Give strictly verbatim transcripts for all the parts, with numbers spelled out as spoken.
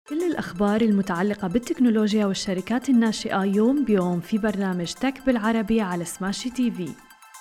كل الأخبار المتعلقة بالتكنولوجيا والشركات الناشئة يوم بيوم في برنامج تك بالعربي على سماشي تي في.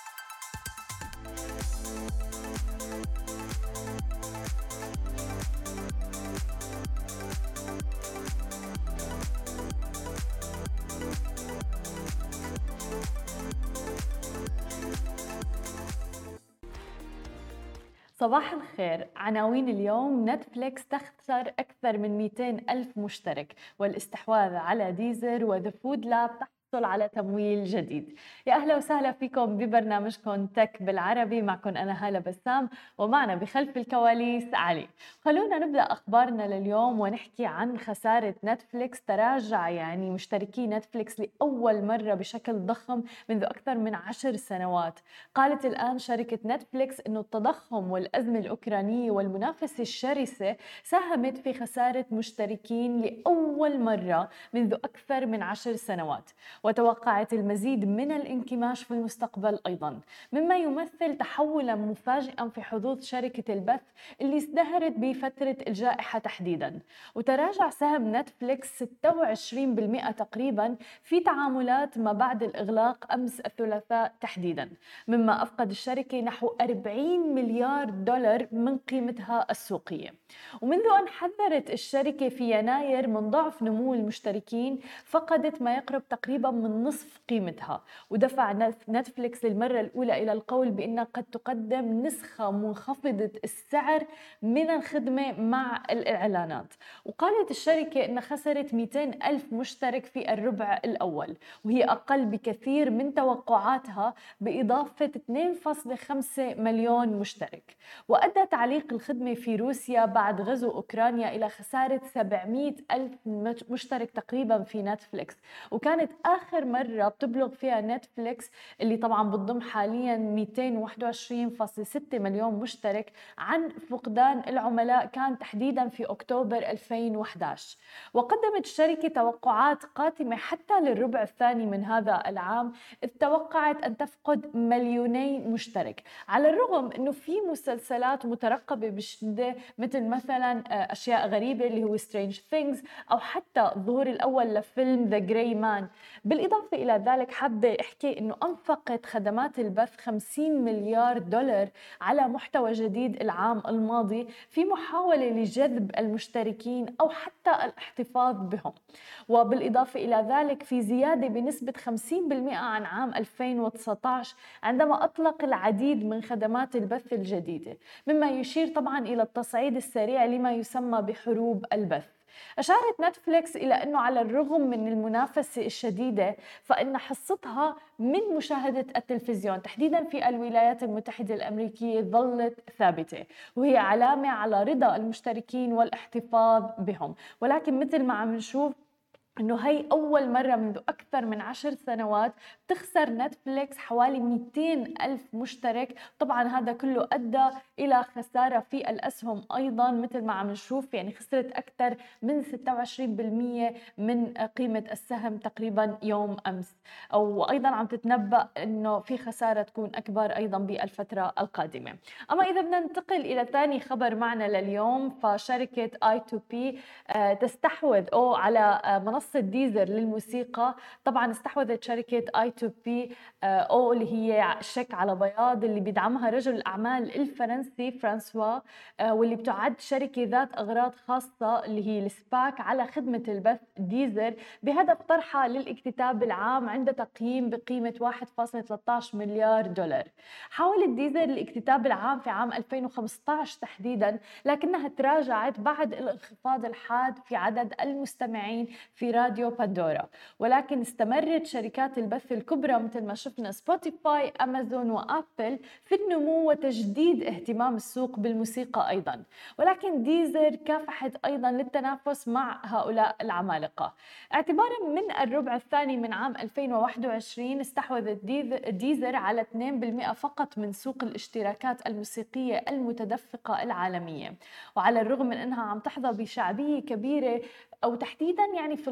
صباح الخير. عناوين اليوم: نتفليكس تخسر أكثر من مئتين ألف مشترك، والاستحواذ على ديزر، وذا فود لاب تحصل على تمويل جديد. يا أهلا وسهلا فيكم ببرنامجكم تك بالعربي، معكم أنا هالة بسام، ومعنا بخلف الكواليس علي. خلونا نبدأ أخبارنا لليوم ونحكي عن خسارة نتفليكس. تراجع يعني مشتركي نتفليكس لأول مرة بشكل ضخم منذ أكثر من عشر سنوات. قالت الآن شركة نتفليكس أنه التضخم والأزمة الأوكرانية والمنافسة الشرسة ساهمت في خسارة مشتركين لأول مرة منذ أكثر من عشر سنوات، وتوقعت المزيد من الانكماش في المستقبل أيضا، مما يمثل تحولا مفاجئا في حظوظ شركة البث اللي ازدهرت بفترة الجائحة تحديدا. وتراجع سهم نتفليكس ستة وعشرين بالمئة تقريبا في تعاملات ما بعد الإغلاق أمس الثلاثاء تحديدا، مما أفقد الشركة نحو أربعين مليار دولار من قيمتها السوقية. ومنذ أن حذرت الشركة في يناير من ضعف نمو المشتركين، فقدت ما يقرب تقريبا من نصف قيمتها، ودفع نتفليكس للمرة الأولى إلى القول بأنها قد تقدم نسخة منخفضة السعر من الخدمة مع الإعلانات. وقالت الشركة أنها خسرت مئتين ألف مشترك في الربع الأول، وهي أقل بكثير من توقعاتها بإضافة اثنين فاصلة خمسة مليون مشترك. وأدى تعليق الخدمة في روسيا بعد غزو أوكرانيا إلى خسارة سبعمئة ألف مشترك تقريبا في نتفليكس، وكانت آخر مرة بتبلغ فيها نتفليكس اللي طبعا بتضم حاليا مئتين وواحد وعشرين فاصلة ستة مليون مشترك عن فقدان العملاء كان تحديدا في أكتوبر ألفين وأحد عشر. وقدمت الشركة توقعات قاتمة حتى للربع الثاني من هذا العام، إذ توقعت أن تفقد مليوني مشترك، على الرغم أنه في مسلسلات مترقبة بشدة مثل مثلا أشياء غريبة اللي هو Strange Things، أو حتى الظهور الأول لفيلم The Grey Man. بالإضافة إلى ذلك حابة أحكي أنه أنفقت خدمات البث خمسين مليار دولار على محتوى جديد العام الماضي في محاولة لجذب المشتركين أو حتى الاحتفاظ بهم. وبالإضافة إلى ذلك في زيادة بنسبة خمسين بالمئة عن عام ألفين وتسعة عشر عندما أطلق العديد من خدمات البث الجديدة، مما يشير طبعا إلى التصعيد السريع لما يسمى بحروب البث. أشارت نتفليكس إلى أنه على الرغم من المنافسة الشديدة، فإن حصتها من مشاهدة التلفزيون تحديدا في الولايات المتحدة الأمريكية ظلت ثابتة، وهي علامة على رضا المشتركين والاحتفاظ بهم. ولكن مثل ما عم نشوف إنه هي أول مرة منذ أكثر من عشر سنوات تخسر نتفليكس حوالي مئتين ألف مشترك. طبعا هذا كله أدى إلى خسارة في الأسهم أيضا، مثل ما عم نشوف يعني خسرت أكثر من ستة وعشرين بالمئة من قيمة السهم تقريبا يوم أمس، أو أيضا عم تتنبأ إنه في خسارة تكون أكبر أيضا بالفترة القادمة. أما إذا بدنا ننتقل إلى ثاني خبر معنا لليوم، فشركة آي تو بي تستحوذ أو على منصة ديزر للموسيقى. طبعا استحوذت شركة آي تو بي أو اللي هي شيك على بياض اللي بيدعمها رجل الأعمال الفرنسي فرانسوا، واللي بتعد شركة ذات أغراض خاصة اللي هي السباك على خدمة البث ديزر، بهدف طرحها للاكتتاب العام عند تقييم بقيمة واحد فاصلة ثلاثة عشر مليار دولار. حاولت ديزر الاكتتاب العام في عام ألفين وخمسة عشر تحديدا، لكنها تراجعت بعد الانخفاض الحاد في عدد المستمعين في راديو باندورا. ولكن استمرت شركات البث الكبرى مثل ما شفنا سبوتيفاي، أمازون وآبل في النمو وتجديد اهتمام السوق بالموسيقى أيضا. ولكن ديزر كافحت أيضا للتنافس مع هؤلاء العمالقة. اعتبارا من الربع الثاني من عام ألفين وواحد وعشرين استحوذت ديزر على اثنين بالمئة فقط من سوق الاشتراكات الموسيقية المتدفقة العالمية. وعلى الرغم من أنها عم تحظى بشعبية كبيرة أو تحديدا يعني في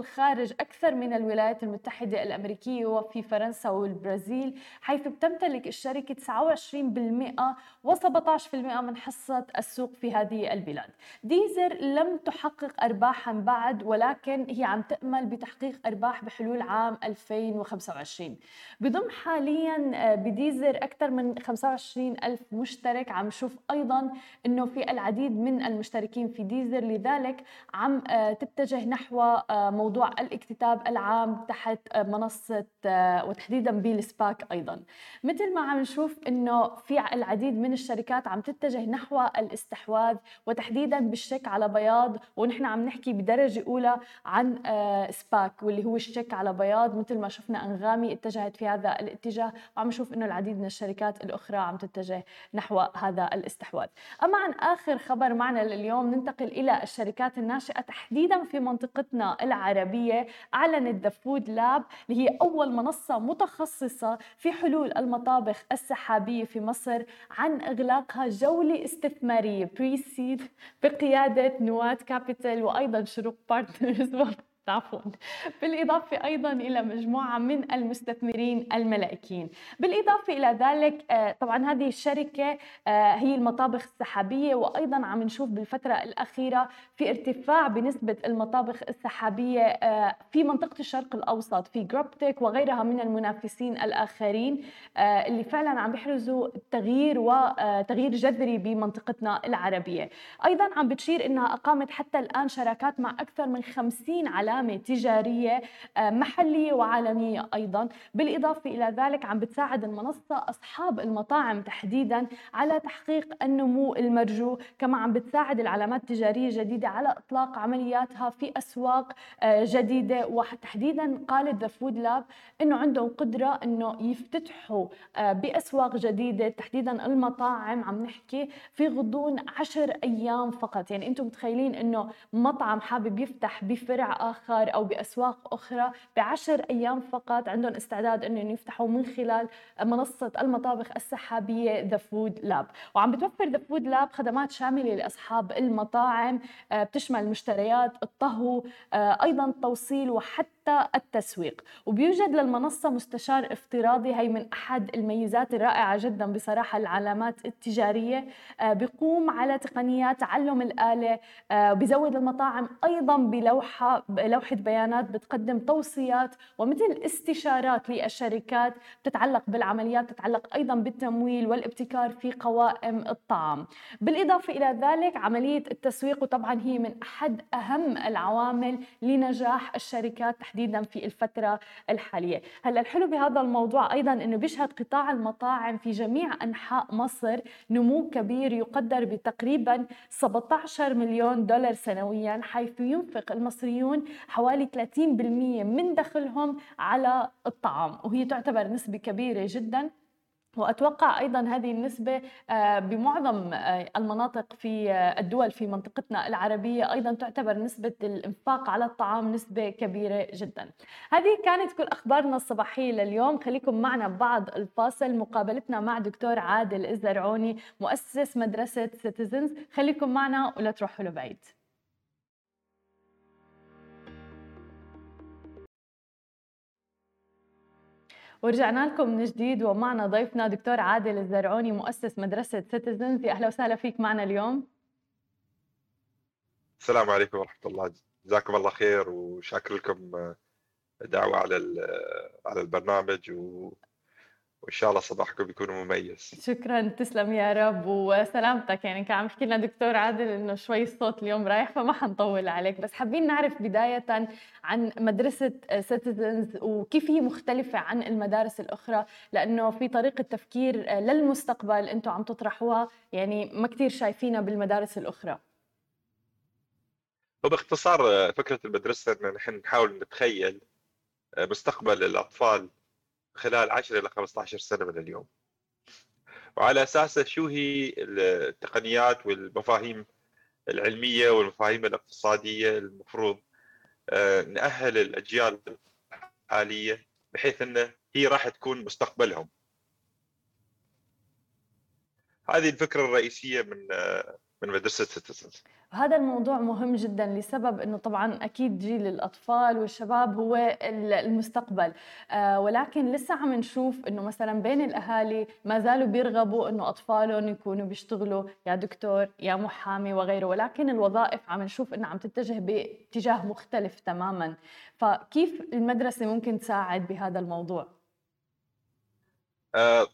خارج أكثر من الولايات المتحدة الأمريكية وفي فرنسا والبرازيل، حيث بتمتلك الشركة تسعة وعشرين بالمئة وسبعة عشر بالمئة من حصة السوق في هذه البلاد. ديزر لم تحقق أرباحا بعد، ولكن هي عم تأمل بتحقيق أرباح بحلول عام ألفين وخمسة وعشرين. بضم حاليا بديزر أكثر من خمسة وعشرين ألف مشترك. عم نشوف أيضا أنه في العديد من المشتركين في ديزر، لذلك عم تتجه نحو موضوع الاكتتاب العام تحت منصة وتحديدا بالسباك. أيضا مثل ما عم نشوف أنه في العديد من الشركات عم تتجه نحو الاستحواذ وتحديدا بالشيك على بياض، ونحن عم نحكي بدرجة أولى عن سباك واللي هو الشيك على بياض. مثل ما شفنا أنغامي اتجهت في هذا الاتجاه، وعم نشوف أنه العديد من الشركات الأخرى عم تتجه نحو هذا الاستحواذ. أما عن آخر خبر معنا لليوم، ننتقل إلى الشركات الناشئة تحديدا في منطقتنا العربية. أعلنت ذا فود لاب اللي هي أول منصة متخصصة في حلول المطابخ السحابية في مصر عن إغلاقها جولة استثمارية بري سيد بقيادة نواد كابيتال وأيضا شروق بارتنرز عفوا، بالإضافة أيضا إلى مجموعة من المستثمرين الملائكيين. بالإضافة إلى ذلك طبعا هذه الشركة هي المطابخ السحابية، وأيضا عم نشوف بالفترة الأخيرة في ارتفاع بنسبة المطابخ السحابية في منطقة الشرق الأوسط في جروبتك وغيرها من المنافسين الآخرين اللي فعلا عم بيحرزوا تغيير وتغيير جذري بمنطقتنا العربية. أيضا عم بتشير إنها أقامت حتى الآن شراكات مع أكثر من خمسين علامة تجارية محلية وعالمية أيضا. بالإضافة إلى ذلك عم بتساعد المنصة أصحاب المطاعم تحديدا على تحقيق النمو المرجو، كما عم بتساعد العلامات التجارية الجديدة على إطلاق عملياتها في أسواق جديدة. وتحديدا قالت ذا فود لاب إنه عندهم قدرة إنه يفتتحوا بأسواق جديدة تحديدا المطاعم، عم نحكي في غضون عشر أيام فقط. يعني أنتم متخيلين إنه مطعم حابب يفتح بفرع آخر أو بأسواق أخرى بعشر أيام فقط عندهم استعداد أنهم يفتحوا من خلال منصة المطابخ السحابية ذا فود لاب. وعم بتوفر ذا فود لاب خدمات شاملة لأصحاب المطاعم بتشمل المشتريات، الطهو، أيضا التوصيل وحتى التسويق. وبيوجد للمنصة مستشار افتراضي، هي من أحد الميزات الرائعة جدا بصراحة العلامات التجارية، بيقوم على تقنيات تعلم الآلة، بيزود المطاعم أيضا بلوحة لوحة بيانات بتقدم توصيات ومثل استشارات للشركات بتتعلق بالعمليات، تتعلق أيضا بالتمويل والابتكار في قوائم الطعام. بالإضافة إلى ذلك عملية التسويق، وطبعا هي من أحد أهم العوامل لنجاح الشركات تحديدا في الفترة الحالية. هلا الحلو بهذا الموضوع أيضا أنه بيشهد قطاع المطاعم في جميع أنحاء مصر نمو كبير يقدر بتقريبا سبعة عشر مليون دولار سنويا، حيث ينفق المصريون حوالي ثلاثين بالمئة من دخلهم على الطعام، وهي تعتبر نسبة كبيرة جدا. وأتوقع أيضا هذه النسبة بمعظم المناطق في الدول في منطقتنا العربية أيضا تعتبر نسبة الإنفاق على الطعام نسبة كبيرة جدا. هذه كانت كل أخبارنا الصباحية لليوم. خليكم معنا بعد الفاصل مقابلتنا مع دكتور عادل الزرعوني مؤسس مدرسة سيتيزنز. خليكم معنا ولا تروحوا لبعيد. ورجعنا لكم من جديد ومعنا ضيفنا دكتور عادل الزرعوني مؤسس مدرسة سيتيزنز. يا أهلا وسهلا فيك معنا اليوم. السلام عليكم ورحمة الله، جزاكم الله خير وشاكر لكم دعوة على على البرنامج و... وإن شاء الله صباحكم بيكون مميز. شكرا، تسلم يا رب وسلامتك. يعني كان عم يحكي لنا دكتور عادل إنه شوي الصوت اليوم رايح فما حنطول عليك، بس حابين نعرف بداية عن مدرسة سيتيزنز وكيف هي مختلفة عن المدارس الأخرى، لأنه في طريقة تفكير للمستقبل أنتم عم تطرحوها يعني ما كتير شايفينها بالمدارس الأخرى. وباختصار فكرة المدرسة أن نحن نحاول نتخيل مستقبل الأطفال خلال عشرة إلى خمسة عشر سنة من اليوم، وعلى أساسه شو هي التقنيات والمفاهيم العلمية والمفاهيم الاقتصادية المفروض نأهل الأجيال الحالية بحيث أنه هي راح تكون مستقبلهم. هذه الفكرة الرئيسية من من مدرسة سيتيزنز. هذا الموضوع مهم جدا لسبب انه طبعا اكيد جيل الاطفال والشباب هو ال- المستقبل. آه ولكن لسه عم نشوف انه مثلا بين الاهالي ما زالوا بيرغبوا انه اطفالهم يكونوا بيشتغلوا يا دكتور يا محامي وغيره، ولكن الوظائف عم نشوف انها عم تتجه باتجاه مختلف تماما. فكيف المدرسة ممكن تساعد بهذا الموضوع؟ آه،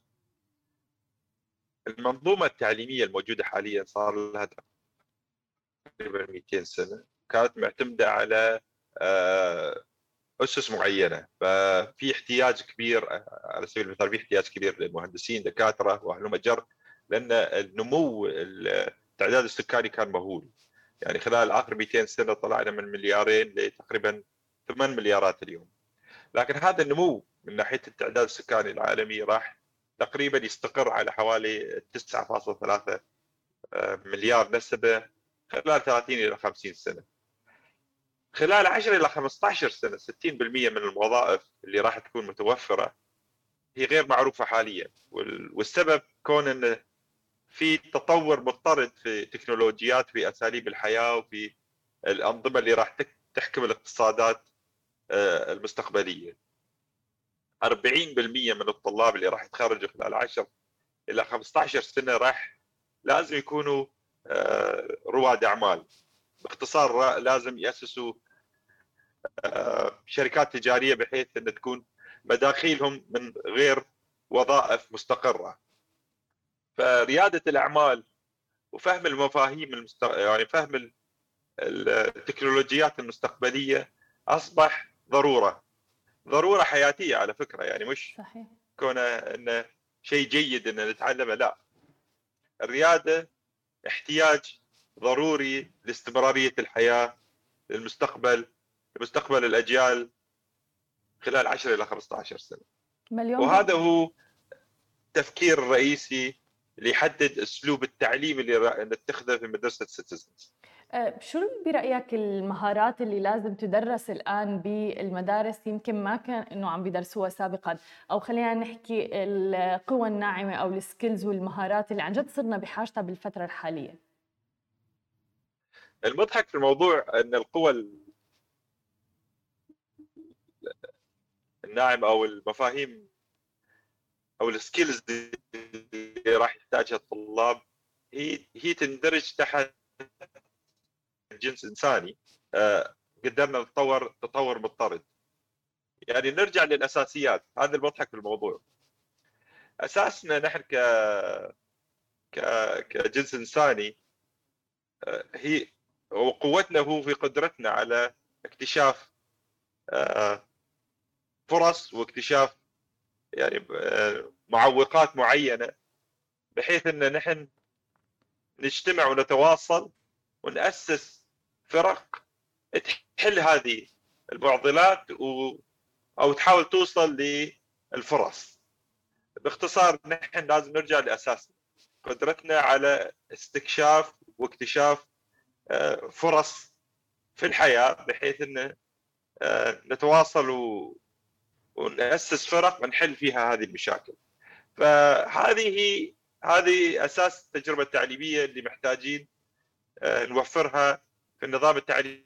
المنظومة التعليمية الموجودة حاليا صار لها تقريبا مئتين سنة، كانت معتمدة على آه، أسس معينة. ففي احتياج كبير، على سبيل المثال في احتياج كبير للمهندسين، دكاترة وهلم جر، لأن النمو التعداد السكاني كان مهول. يعني خلال آخر مئتين سنة طلعنا من مليارين لتقريبا ثمان مليارات اليوم. لكن هذا النمو من ناحية التعداد السكاني العالمي راح تقريبا يستقر على حوالي تسعة فاصلة ثلاثة مليار نسمة خلال ثلاثين إلى خمسين سنة. خلال عشرة إلى خمسة عشر سنة ستين بالمئة من الوظائف اللي راح تكون متوفرة هي غير معروفة حاليا، والسبب كون أن في تطور مضطرد في تكنولوجيات، في أساليب الحياة، وفي الأنظمة اللي راح تحكم الاقتصادات المستقبلية. أربعين بالمئة من الطلاب اللي راح يتخرجوا خلال عشر إلى خمسة عشر سنة راح لازم يكونوا رواد أعمال. باختصار لازم يأسسوا شركات تجارية بحيث أن تكون مداخيلهم من غير وظائف مستقرة. فريادة الأعمال وفهم المفاهيم المست... يعني فهم التكنولوجيات المستقبلية أصبح ضرورة ضرورة حياتية على فكرة. يعني مش صحيح. كونه أنه شيء جيد أن نتعلمه، لا، الريادة احتياج ضروري لاستمرارية الحياة، للمستقبل، لمستقبل الأجيال خلال عشرة إلى خمسة عشر سنة. مليون وهذا بالمية. هو التفكير الرئيسي اللي يحدد أسلوب التعليم اللي نتخذه في مدرسة سيتيزنز. شو برأيك المهارات اللي لازم تدرس الآن بالمدارس يمكن ما كان إنه عم بيدرسوها سابقا، أو خلينا نحكي القوى الناعمة أو السكيلز والمهارات اللي عن جد صرنا بحاجتها بالفترة الحالية؟ المضحك في الموضوع أن القوى الناعمة أو المفاهيم أو السكيلز اللي راح يحتاجها الطلاب هي هي تندرج تحت جنس إنساني. قدرنا نتطور تطور مضطرد. يعني نرجع للأساسيات، هذا المضحك في الموضوع. أساسنا نحن ك ك كجنس إنساني هي وقوتنا هو في قدرتنا على اكتشاف فرص واكتشاف يعني معوقات معينة، بحيث ان نحن نجتمع ونتواصل ونأسس فرق تحل هذه المعضلات و... او تحاول توصل للفرص. باختصار نحن لازم نرجع لأساسنا، قدرتنا على استكشاف واكتشاف فرص في الحياة، بحيث ان نتواصل و... ونأسس فرق ونحل فيها هذه المشاكل. فهذه هذه أساس التجربة التعليمية اللي محتاجين نوفرها في النظام التعليمي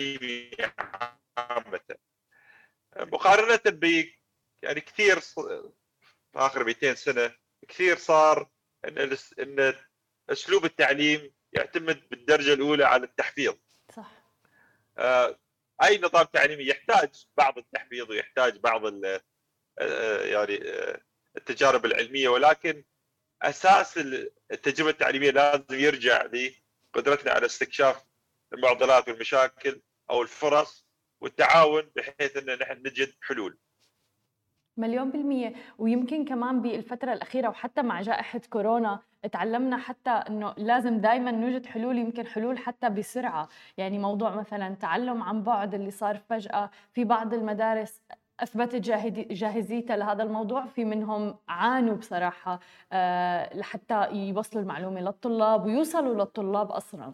عامة. مقارنة ب يعني كثير في آخر مئتين سنة كثير صار إن إن أسلوب التعليم يعتمد بالدرجة الأولى على التحفيظ. صح. أي نظام تعليمي يحتاج بعض التحفيظ ويحتاج بعض يعني التجارب العلمية، ولكن أساس التجربة التعليمية لازم يرجع لقدرتنا على استكشاف المعضلات والمشاكل أو الفرص والتعاون، بحيث أن نحن نجد حلول. مليون بالمية. ويمكن كمان بالفترة الأخيرة وحتى مع جائحة كورونا تعلمنا حتى أنه لازم دايما نوجد حلول، يمكن حلول حتى بسرعة. يعني موضوع مثلا تعلم عن بعد اللي صار فجأة في بعض المدارس أثبتت جاهزيتها لهذا الموضوع، في منهم عانوا بصراحة أه لحتى يوصلوا المعلومة للطلاب ويوصلوا للطلاب أسرع.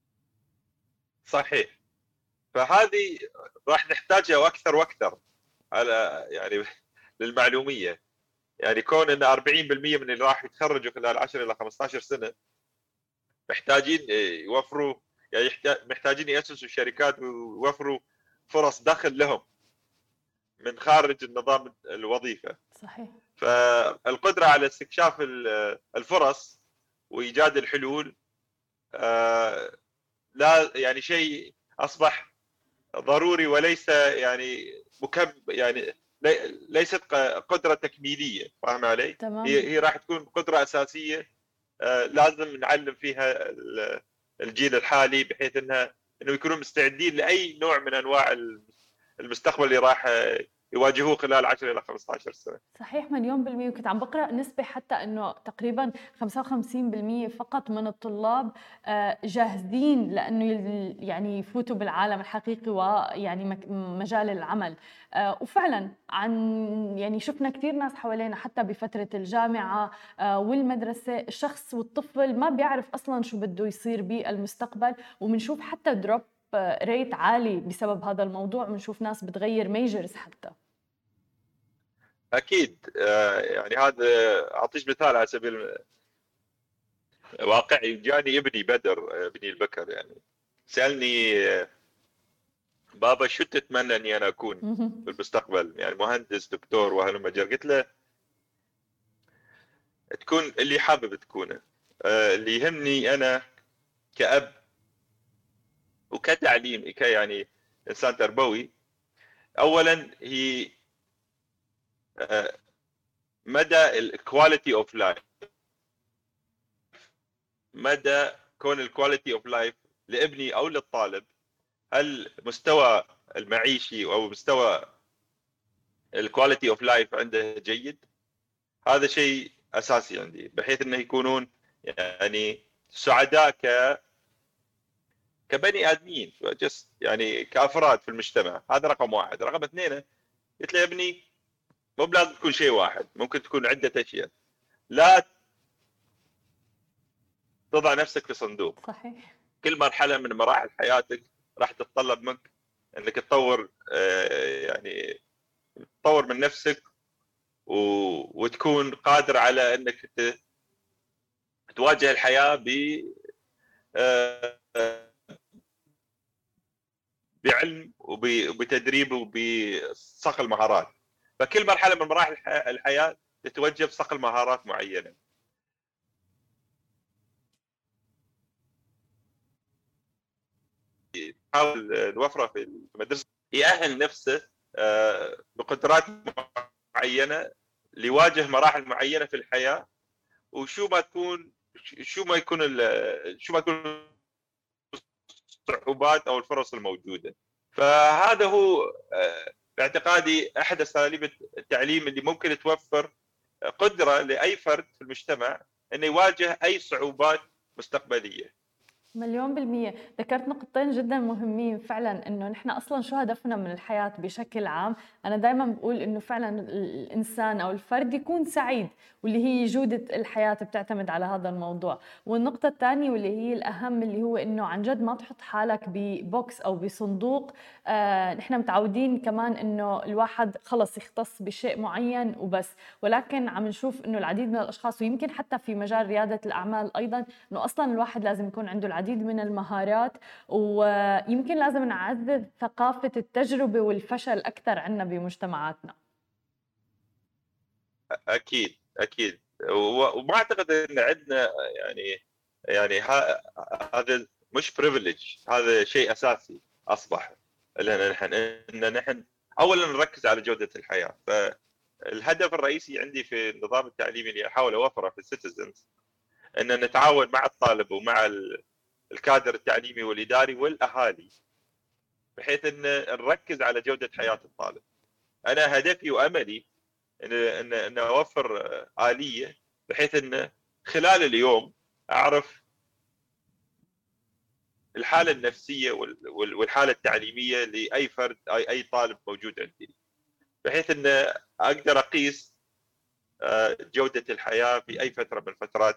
صحيح. فهذه راح نحتاجها أكثر وأكثر على يعني للمعلومية. يعني كون أن أربعين بالمئة من اللي راح يتخرجوا خلال عشرة إلى خمسة عشر سنة محتاجين يوفروا يعني محتاجين يأسسوا شركات ويوفروا فرص دخل لهم من خارج النظام الوظيفة. صحيح. فالقدرة على استكشاف الفرص وإيجاد الحلول لا يعني شيء أصبح ضروري، وليس يعني مكم يعني ليست قدرة تكميلية، فاهم علي؟ تمام. هي هي راح تكون قدرة أساسية لازم نعلم فيها الجيل الحالي، بحيث انها انه يكونوا مستعدين لاي نوع من انواع المستقبل اللي راح يواجهوه خلال عشرة الى خمسة عشر سنه. صحيح مليون بالمية. وكنت عم بقرأ نسبة حتى انه تقريبا خمسة وخمسين بالمية فقط من الطلاب جاهزين لانه يعني يفوتوا بالعالم الحقيقي ويعني مجال العمل. وفعلا عن يعني شفنا كثير ناس حوالينا حتى بفترة الجامعة والمدرسة، الشخص والطفل ما بيعرف اصلا شو بده يصير بالمستقبل، وبنشوف حتى دروب ريت عالي بسبب هذا الموضوع، بنشوف ناس بتغير ميجرز حتى. اكيد يعني هذا اعطيك مثال على سبيل واقعي. جاني ابني بدر، ابني البكر، يعني سالني بابا شو تتمنى اني انا اكون في المستقبل، يعني مهندس دكتور وهلم جر. قلت له تكون اللي حابب تكونه. اللي يهمني انا كأب وكتعليم ك يعني انسان تربوي، اولا هي مدى الكواليتي اوف لايف، مدى كون الكواليتي اوف لايف لابني او للطالب، هل مستوى المعيشي او مستوى الكواليتي اوف لايف عنده جيد. هذا شيء اساسي عندي، بحيث انه يكونون يعني سعداء ك كبني ادمين، جست يعني كافراد في المجتمع. هذا رقم واحد. رقم اثنين، قلت له يا ابني مو بلازم تكون شيء واحد، ممكن تكون عده اشياء. لا تضع نفسك في صندوق. صحيح. كل مرحله من مراحل حياتك راح تتطلب منك انك تطور يعني تطور من نفسك وتكون قادر على انك تواجه الحياه ب بعلم وبتدريب وبصقل مهارات. فكل مرحله من مراحل الحياه تتوجه بصقل مهارات معينه. نحاول نوفره في المدرسه، يأهل نفسه بقدرات معينه ليواجه مراحل معينه في الحياه، وشو ما تكون شو ما يكون شو ما تكون الصعوبات او الفرص الموجوده. فهذا هو باعتقادي احد اساليب التعليم اللي ممكن توفر قدره لاي فرد في المجتمع انه يواجه اي صعوبات مستقبليه. مليون بالمية. ذكرت نقطتين جدا مهمين فعلا، انه نحن اصلا شو هدفنا من الحياة بشكل عام. انا دائما بقول انه فعلا الانسان او الفرد يكون سعيد، واللي هي جودة الحياة بتعتمد على هذا الموضوع. والنقطة الثانية واللي هي الاهم اللي هو انه عن جد ما تحط حالك ببوكس او بصندوق. آه نحن متعودين كمان انه الواحد خلص يختص بشيء معين وبس، ولكن عم نشوف انه العديد من الاشخاص، ويمكن حتى في مجال ريادة الاعمال ايضا، انه اصلا الواحد لازم يكون عنده العديد العديد من المهارات، ويمكن لازم نعزز ثقافة التجربة والفشل أكثر عنا بمجتمعاتنا. أكيد أكيد. وما أعتقد أن عندنا يعني يعني هذا مش بريفليج، هذا شيء أساسي أصبح لنا نحن، إن نحن أولا نركز على جودة الحياة. فالهدف الرئيسي عندي في النظام التعليمي اللي أحاول أوفره في السيتيزنز أن نتعاون مع الطالب ومع الكادر التعليمي والإداري والأهالي، بحيث أن نركز على جودة حياة الطالب. أنا هدفي وأملي أن أن أن أوفر آلية بحيث أن خلال اليوم أعرف الحالة النفسية والحالة التعليمية لأي فرد، أي أي طالب موجود عندي، بحيث أن أقدر أقيس جودة الحياة في أي فترة من فترات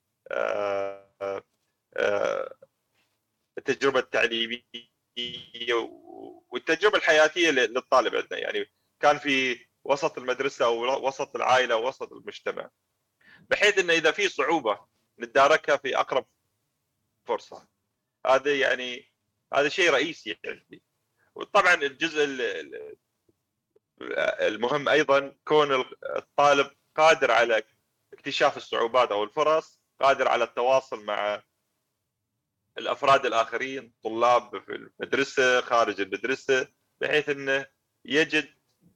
التجربة التعليمية والتجربة الحياتية للطالب عندنا، يعني كان في وسط المدرسة أو وسط العائلة أو وسط المجتمع، بحيث أن إذا في صعوبة نتداركها في أقرب فرصة. هذا يعني هذا شيء رئيسي عندي. وطبعا الجزء المهم ايضا كون الطالب قادر على اكتشاف الصعوبات او الفرص، قادر على التواصل مع الافراد الاخرين، طلاب في المدرسه خارج المدرسه، بحيث انه يجد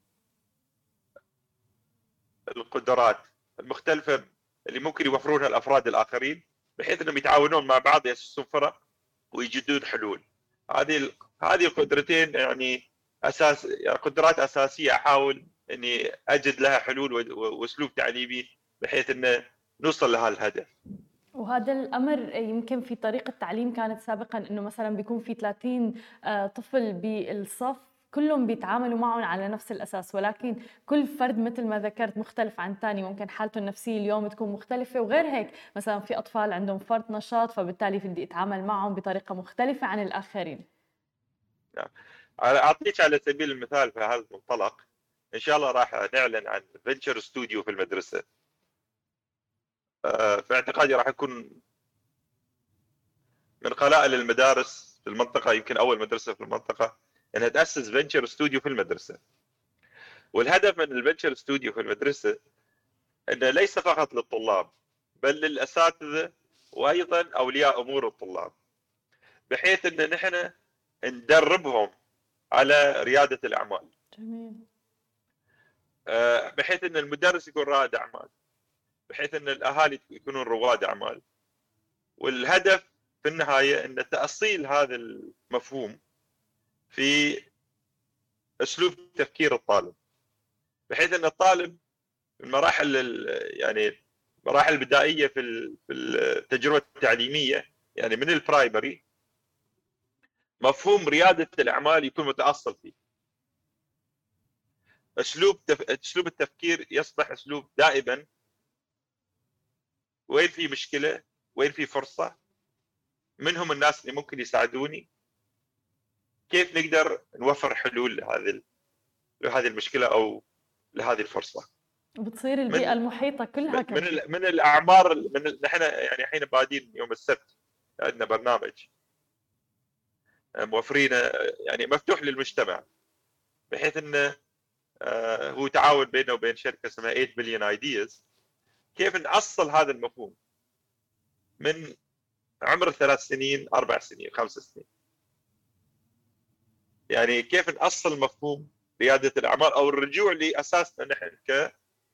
القدرات المختلفه اللي ممكن يوفرونها الافراد الاخرين، بحيث انهم يتعاونون مع بعض، ياسسون فرق ويجدون حلول. هذه هذه القدرتين يعني اساس، يعني قدرات اساسيه احاول اني اجد لها حلول واسلوب تعليمي بحيث انه نوصل لهذا الهدف. وهذا الأمر يمكن في طريقة التعليم كانت سابقاً إنه مثلاً بيكون في ثلاثين طفل بالصف كلهم بيتعاملوا معهم على نفس الأساس، ولكن كل فرد مثل ما ذكرت مختلف عن ثاني، ممكن حالته النفسية اليوم تكون مختلفة، وغير هيك مثلاً في أطفال عندهم فرط نشاط فبالتالي بدي أتعامل معهم بطريقة مختلفة عن الآخرين. نعم. أعطيك على سبيل المثال في هذا المنطلق، إن شاء الله راح نعلن عن فينتشر ستوديو في المدرسة. في اعتقادي راح يكون من قلائل المدارس في المنطقة، يمكن أول مدرسة في المنطقة أنها تأسس فينتشر ستوديو في المدرسة. والهدف من الفينتشر ستوديو في المدرسة أنه ليس فقط للطلاب بل للأساتذة وأيضا أولياء أمور الطلاب، بحيث أن نحن ندربهم على ريادة الأعمال. جميل. بحيث أن المدرس يكون رائد أعمال، بحيث أن الأهالي يكونون رواد أعمال. والهدف في النهاية أن تأصيل هذا المفهوم في أسلوب تفكير الطالب، بحيث أن الطالب المراحل يعني المراحل البدائية في التجربة التعليمية، يعني من البرايمري، مفهوم ريادة الأعمال يكون متأصل فيه. أسلوب تف... أسلوب التفكير يصبح أسلوب دائما وين في مشكلة، وين في فرصة، من هم الناس اللي ممكن يساعدوني، كيف نقدر نوفر حلول لهذه لهذه المشكلة أو لهذه الفرصة. وبتصير البيئة المحيطة كلها من من, من الأعمار، من نحن يعني الحين بادين يوم السبت عندنا برنامج موفرينه يعني مفتوح للمجتمع، بحيث انه هو تعاون بينه وبين شركه اسمها ثمانية بليون ايدياز. كيف نأصل هذا المفهوم من عمر ثلاث سنين، اربع سنين، خمس سنين، يعني كيف نأصل مفهوم رياده الاعمال او الرجوع لاساسنا نحن ك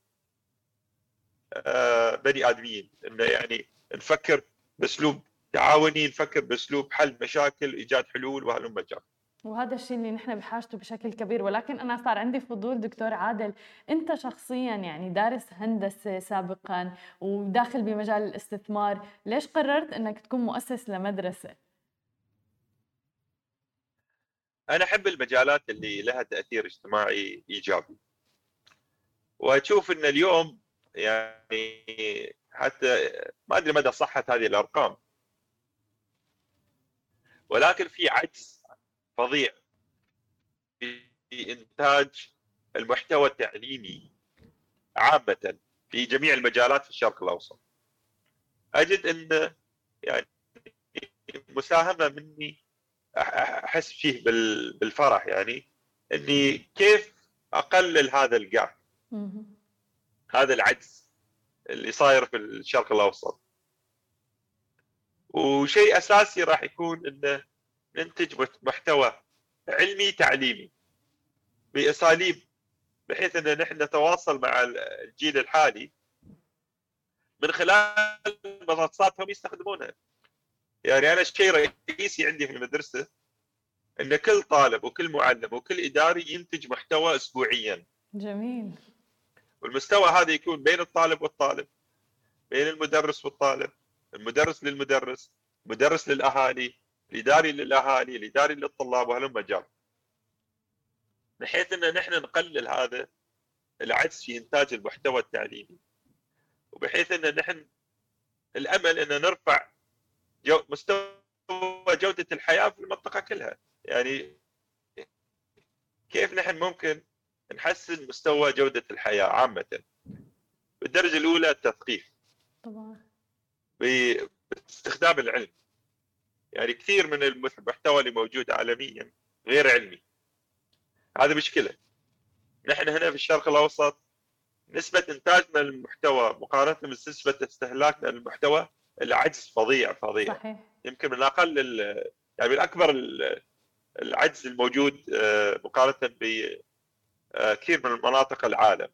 بني ادمين، انه يعني نفكر باسلوب تعاوني، نفكر باسلوب حل مشاكل، ايجاد حلول وهلم جرى. وهذا الشيء اللي نحن بحاجته بشكل كبير. ولكن أنا صار عندي فضول دكتور عادل، أنت شخصياً يعني دارس هندسة سابقاً وداخل بمجال الاستثمار، ليش قررت أنك تكون مؤسس لمدرسة؟ أنا أحب المجالات اللي لها تأثير اجتماعي إيجابي، وأشوف أن اليوم يعني حتى ما أدري مدى صحة هذه الأرقام، ولكن في عجز فظيع في إنتاج المحتوى التعليمي عامة في جميع المجالات في الشرق الأوسط. أجد أن يعني مساهمة مني أحس فيه بالفرح، يعني أني كيف أقلل هذا الجاب، هذا العجز اللي صاير في الشرق الأوسط. وشيء أساسي راح يكون أنه ننتج محتوى علمي تعليمي بأساليب بحيث أن نحن نتواصل مع الجيل الحالي من خلال منصاتهم يستخدمونها. يعني أنا شيء رئيسي عندي في المدرسة أن كل طالب وكل معلم وكل إداري ينتج محتوى أسبوعيا. جميل. والمستوى هذا يكون بين الطالب والطالب، بين المدرس والطالب، المدرس للمدرس، مدرس للأهالي، الإداري للأهالي، الإداري للطلاب، وهلم جرى، بحيث أن نحن نقلل هذا العجز في إنتاج المحتوى التعليمي، وبحيث أن نحن الأمل أن نرفع جو مستوى جودة الحياة في المنطقة كلها. يعني كيف نحن ممكن نحسن مستوى جودة الحياة عامة؟ بالدرجة الأولى التثقيف طبعا باستخدام العلم، يعني كثير من المحتوى اللي موجود عالميا غير علمي. هذا مشكلة. نحن هنا في الشرق الأوسط نسبة إنتاجنا للمحتوى مقارنة بنسبة استهلاكنا للمحتوى العجز فظيع فظيع. صحيح. يمكن من أقل يعني من أكبر العجز الموجود مقارنة بكثير من مناطق العالم.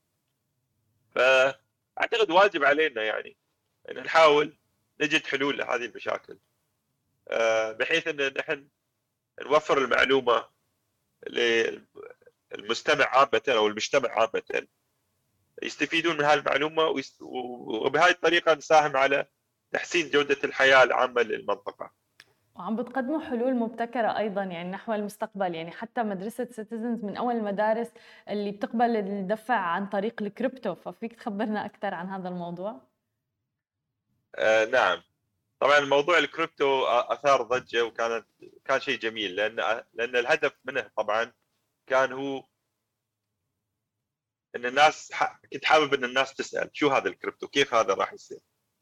فأعتقد واجب علينا يعني أن نحاول نجد حلول لهذه المشاكل، بحيث أن نحن نوفر المعلومة للمستمع عامة أو المجتمع عامة يستفيدون من هذه المعلومة، وبهذه الطريقة نساهم على تحسين جودة الحياة العامة للمنطقة. وعم بتقدموا حلول مبتكرة أيضاً يعني نحو المستقبل، يعني حتى مدرسة سيتيزنز من أول المدارس اللي بتقبل الدفع عن طريق الكريبتو، ففيك تخبرنا أكثر عن هذا الموضوع؟ آه نعم، طبعا موضوع الكريبتو أثار ضجة، وكانت كان شيء جميل، لأن لأن الهدف منه طبعا كان هو ان الناس كنت حابب ان الناس تسال شو هذا الكريبتو، كيف هذا راح يصير.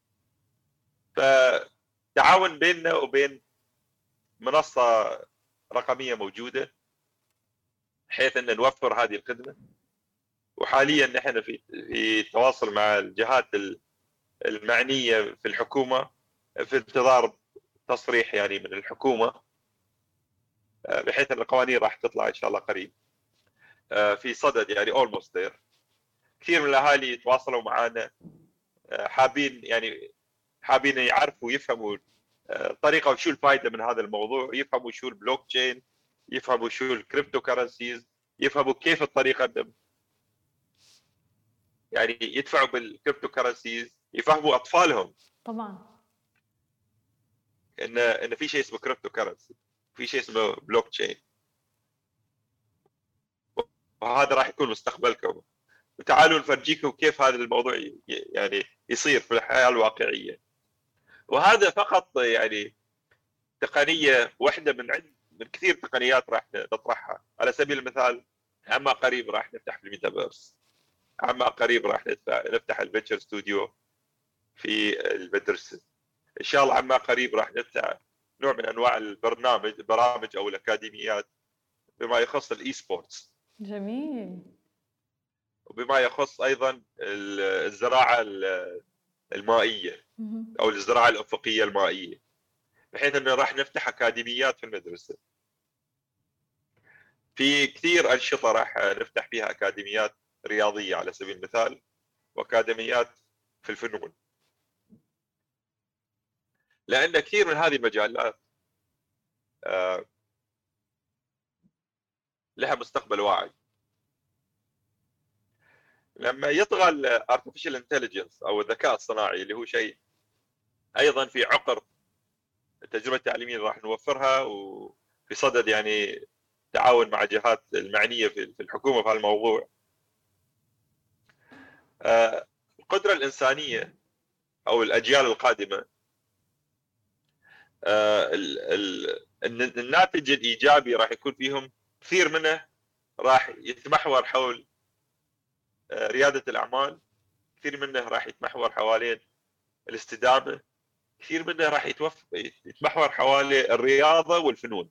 فتعاون بيننا وبين منصه رقميه موجوده بحيث ان نوفر هذه الخدمه. وحاليا نحن في في تواصل مع الجهات المعنيه في الحكومه في انتظار تصريح يعني من الحكومه، بحيث ان القوانين راح تطلع ان شاء الله قريب في صدد يعني almost there. كثير من الاهالي تواصلوا معنا حابين يعني حابين يعرفوا ويفهموا الطريقه وشو الفائده من هذا الموضوع، يفهموا شو البلوك تشين، يفهموا شو الكريبتو كرنسيز، يفهموا كيف الطريقه يعني يدفعوا بالكريبتو كرنسيز، يفهموا اطفالهم طبعا ان ان في شيء اسمه كريبتو كرنسي، في شيء اسمه بلوك تشين، وهذا راح يكون مستقبلكم، وتعالوا نفرجيكم كيف هذا الموضوع يعني يصير في الحياه الواقعيه. وهذا فقط يعني تقنيه واحده من عند من كثير تقنيات راح نطرحها. على سبيل المثال عما قريب راح نفتح في الميتافيرس، عما قريب راح نفتح الفيتشر ستوديو في المدرسه، ان شاء الله عما قريب راح نفتح نوع من انواع البرنامج البرامج او الاكاديميات بما يخص الاي سبورتس. جميل. وبما يخص ايضا الزراعه المائيه او الزراعه الافقيه المائيه، بحيث انه راح نفتح اكاديميات في المدرسه. في كثير انشطه راح نفتح فيها اكاديميات رياضيه على سبيل المثال، واكاديميات في الفنون، لان كثير من هذه المجالات لها مستقبل واعد. لما يطغى الارتفيشال انتليجنس او الذكاء الصناعي اللي هو شيء ايضا في عقر التجربه التعليميه اللي راح نوفرها، وفي صدد يعني تعاون مع جهات المعنيه في الحكومه في هذا الموضوع، القدره الانسانيه او الاجيال القادمه الناتج الايجابي راح يكون فيهم كثير منه راح يتمحور حول رياده الاعمال، كثير منه راح يتمحور حوالين الاستدامه، كثير منه راح يتمحور حوالي الرياضه والفنون.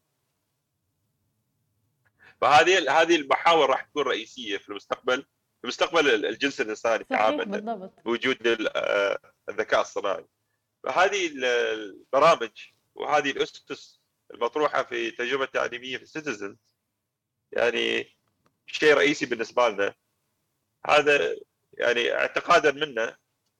فهذه هذه المحاور راح تكون رئيسيه في المستقبل، في مستقبل الجنس الانساني عامه بوجود الذكاء الصناعي. فهذه البرامج وهذه الاسس المطروحه في التجربه التعليميه في سيتيزنز يعني شيء رئيسي بالنسبه لنا. هذا يعني اعتقادا منا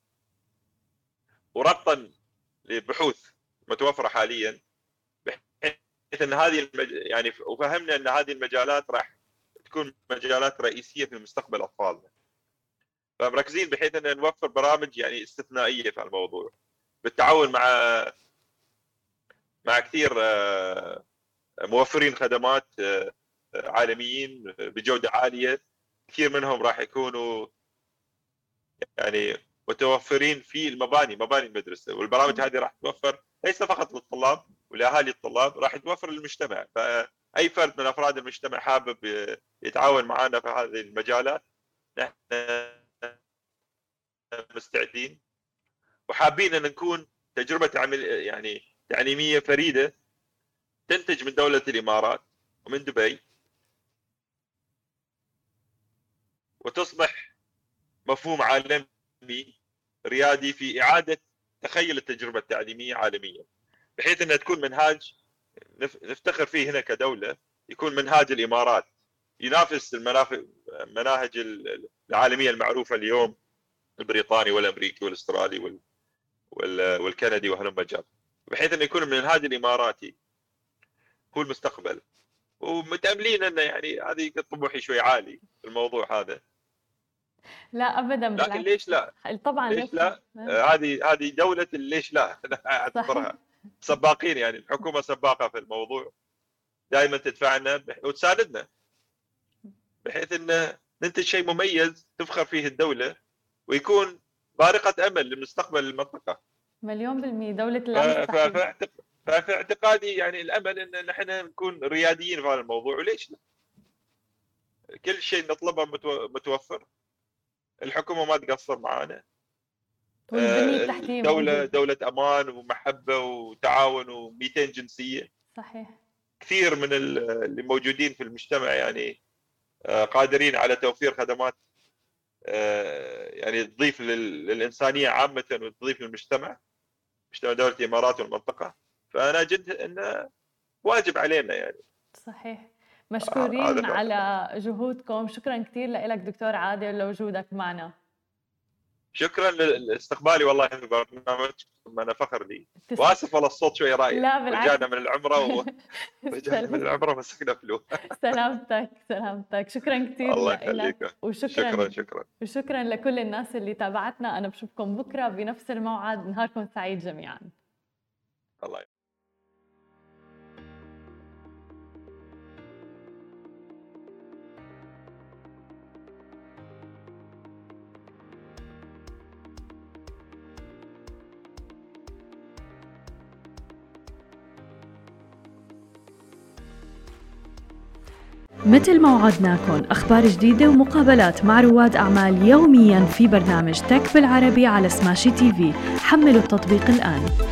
وربطا لبحوث متوفره حاليا، بحيث ان هذه المج... يعني وفهمنا ان هذه المجالات راح تكون مجالات رئيسيه في مستقبل اطفالنا. فمركزين بحيث ان نوفر برامج يعني استثنائيه في الموضوع بالتعاون مع مع كثير موفرين خدمات عالميين بجوده عاليه. كثير منهم راح يكونوا يعني متوفرين في المباني مباني المدرسه، والبرامج هذه راح توفر ليس فقط للطلاب ولاهالي الطلاب، راح توفر للمجتمع. فاي فرد من افراد المجتمع حابب يتعاون معنا في هذه المجالات نحن مستعدين، وحابين ان نكون تجربه عمل يعني تعليمية فريدة تنتج من دولة الإمارات ومن دبي، وتصبح مفهوم عالمي ريادي في إعادة تخيل التجربة التعليمية عالميا، بحيث أنها تكون منهاج نفتخر فيه هنا كدولة، يكون منهاج الإمارات ينافس المناهج العالمية المعروفة اليوم، البريطاني والأمريكي والأسترالي والكندي وهلم جر، بحيث أنه يكون المنهاج الإماراتي هو المستقبل. ومتأملين أنه يعني هذه طموحي شوي عالي في الموضوع هذا. لا ابدا، لكن بالعكس. ليش لا؟ طبعا ليش لا؟ هذه هذه دولة ليش لا؟ انا اعتبرها سباقين، يعني الحكومة سباقة في الموضوع، دائما تدفعنا وتساندنا بحيث ان ننتج شيء مميز تفخر فيه الدولة ويكون بارقة امل لمستقبل المنطقة. مليون بالمية دولة لا مستحيل. ففي اعتقادي يعني الامل ان نحن نكون رياديين في هذا الموضوع، وليش لا؟ كل شيء نطلبه متوفر، الحكومة ما تقصر معانا، والبنية التحتية دولة موجودة. دولة أمان ومحبة وتعاون ومئتين جنسية. صحيح. كثير من اللي موجودين في المجتمع يعني قادرين على توفير خدمات يعني تضيف للإنسانية عامة وتضيف للمجتمع، مجتمع دولة الإمارات والمنطقة. فأنا جد إنه واجب علينا يعني. صحيح. مشكورين آه على جهودكم. شكرا كثير لك دكتور عادل لوجودك معنا. شكرا لاستقبالي والله في البرنامج، انا فخر لي. واسف والله الصوت شوي رايح. لا بالعكس، رجعنا من العمره و... رجعنا من العمره مسكنا فلو. سلامتك سلامتك. شكرا كثير الله لك، وشكرا شكرا شكرا وشكرا لكل الناس اللي تابعتنا. انا بشوفكم بكره بنفس الموعد. نهاركم سعيد جميعا. الله مثل ما وعدناكم أخبار جديدة ومقابلات مع رواد أعمال يومياً في برنامج تك بالعربي على سماشي تي في. حملوا التطبيق الآن.